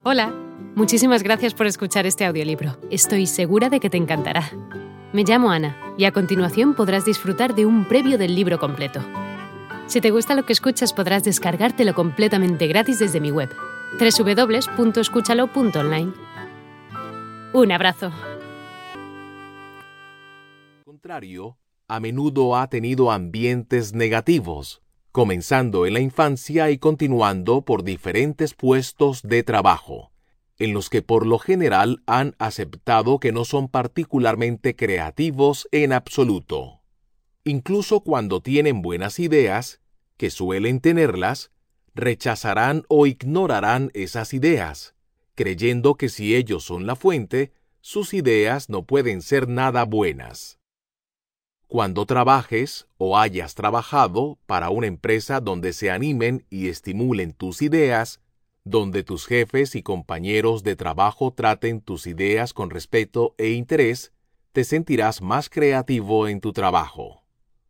Hola, muchísimas gracias por escuchar este audiolibro. Estoy segura de que te encantará. Me llamo Ana y a continuación podrás disfrutar de un previo del libro completo. Si te gusta lo que escuchas, podrás descargártelo completamente gratis desde mi web, www.escúchalo.online. Un abrazo. Al contrario, a menudo ha tenido ambientes negativos, comenzando en la infancia y continuando por diferentes puestos de trabajo, en los que por lo general han aceptado que no son particularmente creativos en absoluto. Incluso cuando tienen buenas ideas, que suelen tenerlas, rechazarán o ignorarán esas ideas, creyendo que si ellos son la fuente, sus ideas no pueden ser nada buenas. Cuando trabajes o hayas trabajado para una empresa donde se animen y estimulen tus ideas, donde tus jefes y compañeros de trabajo traten tus ideas con respeto e interés, te sentirás más creativo en tu trabajo.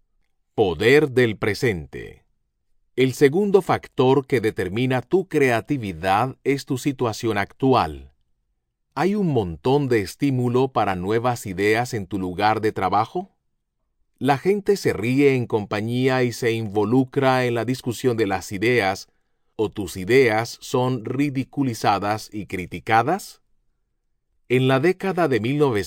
Poder del presente. El segundo factor que determina tu creatividad es tu situación actual. ¿Hay un montón de estímulo para nuevas ideas en tu lugar de trabajo? La gente se ríe en compañía y se involucra en la discusión de las ideas, o tus ideas son ridiculizadas y criticadas. En la década de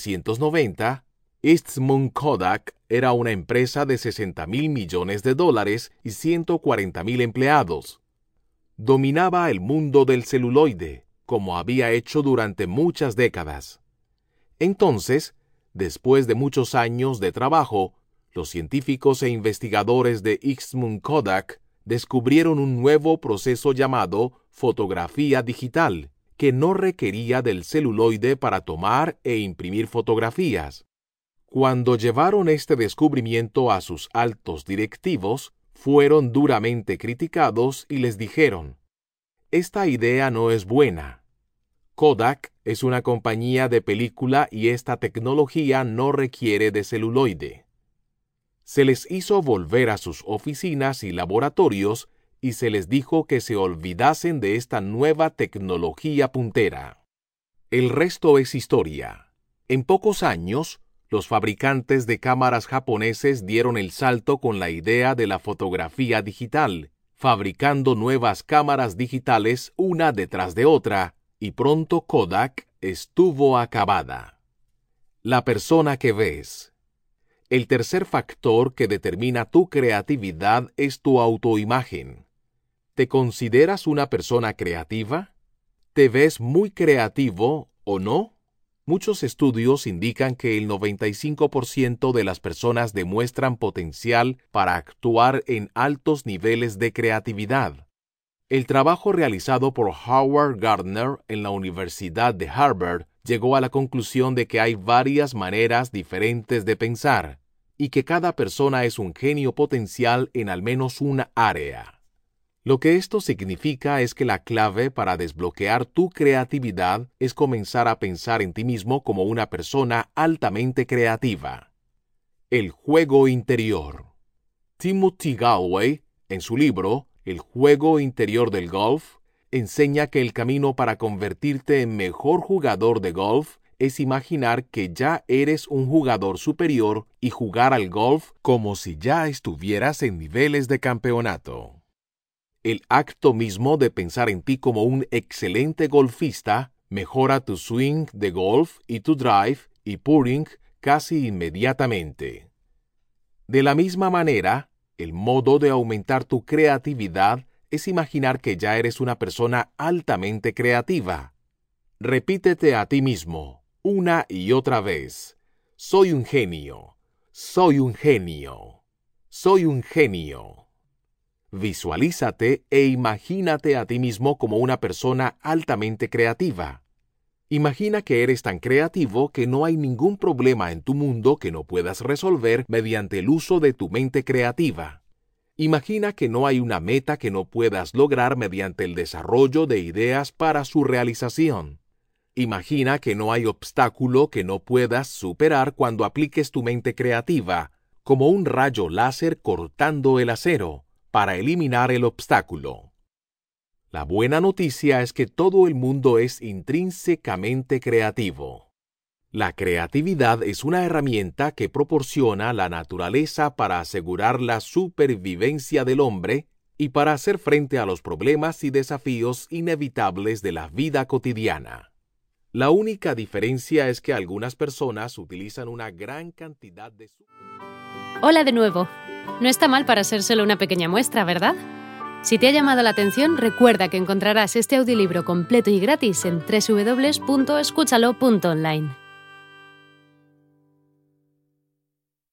1990, Eastman Kodak era una empresa de $60,000 millones y 140,000 empleados. Dominaba el mundo del celuloide, como había hecho durante muchas décadas. Entonces, después de muchos años de trabajo, los científicos e investigadores de Eastman Kodak descubrieron un nuevo proceso llamado fotografía digital, que no requería del celuloide para tomar e imprimir fotografías. Cuando llevaron este descubrimiento a sus altos directivos, fueron duramente criticados y les dijeron: «Esta idea no es buena. Kodak es una compañía de película y esta tecnología no requiere de celuloide». Se les hizo volver a sus oficinas y laboratorios y se les dijo que se olvidasen de esta nueva tecnología puntera. El resto es historia. En pocos años, los fabricantes de cámaras japoneses dieron el salto con la idea de la fotografía digital, fabricando nuevas cámaras digitales una detrás de otra, y pronto Kodak estuvo acabada. La persona que ves. El tercer factor que determina tu creatividad es tu autoimagen. ¿Te consideras una persona creativa? ¿Te ves muy creativo o no? Muchos estudios indican que el 95% de las personas demuestran potencial para actuar en altos niveles de creatividad. El trabajo realizado por Howard Gardner en la Universidad de Harvard llegó a la conclusión de que hay varias maneras diferentes de pensar, y que cada persona es un genio potencial en al menos una área. Lo que esto significa es que la clave para desbloquear tu creatividad es comenzar a pensar en ti mismo como una persona altamente creativa. El juego interior. Timothy Gallwey, en su libro El juego interior del golf, enseña que el camino para convertirte en mejor jugador de golf es imaginar que ya eres un jugador superior y jugar al golf como si ya estuvieras en niveles de campeonato. El acto mismo de pensar en ti como un excelente golfista mejora tu swing de golf y tu drive y putting casi inmediatamente. De la misma manera, el modo de aumentar tu creatividad es imaginar que ya eres una persona altamente creativa. Repítete a ti mismo, una y otra vez: «Soy un genio, soy un genio, soy un genio». Visualízate e imagínate a ti mismo como una persona altamente creativa. Imagina que eres tan creativo que no hay ningún problema en tu mundo que no puedas resolver mediante el uso de tu mente creativa. Imagina que no hay una meta que no puedas lograr mediante el desarrollo de ideas para su realización. Imagina que no hay obstáculo que no puedas superar cuando apliques tu mente creativa, como un rayo láser cortando el acero, para eliminar el obstáculo. La buena noticia es que todo el mundo es intrínsecamente creativo. La creatividad es una herramienta que proporciona la naturaleza para asegurar la supervivencia del hombre y para hacer frente a los problemas y desafíos inevitables de la vida cotidiana. La única diferencia es que algunas personas utilizan una gran cantidad de... Hola de nuevo. No está mal para ser solo una pequeña muestra, ¿verdad? Si te ha llamado la atención, recuerda que encontrarás este audiolibro completo y gratis en www.escúchalo.online.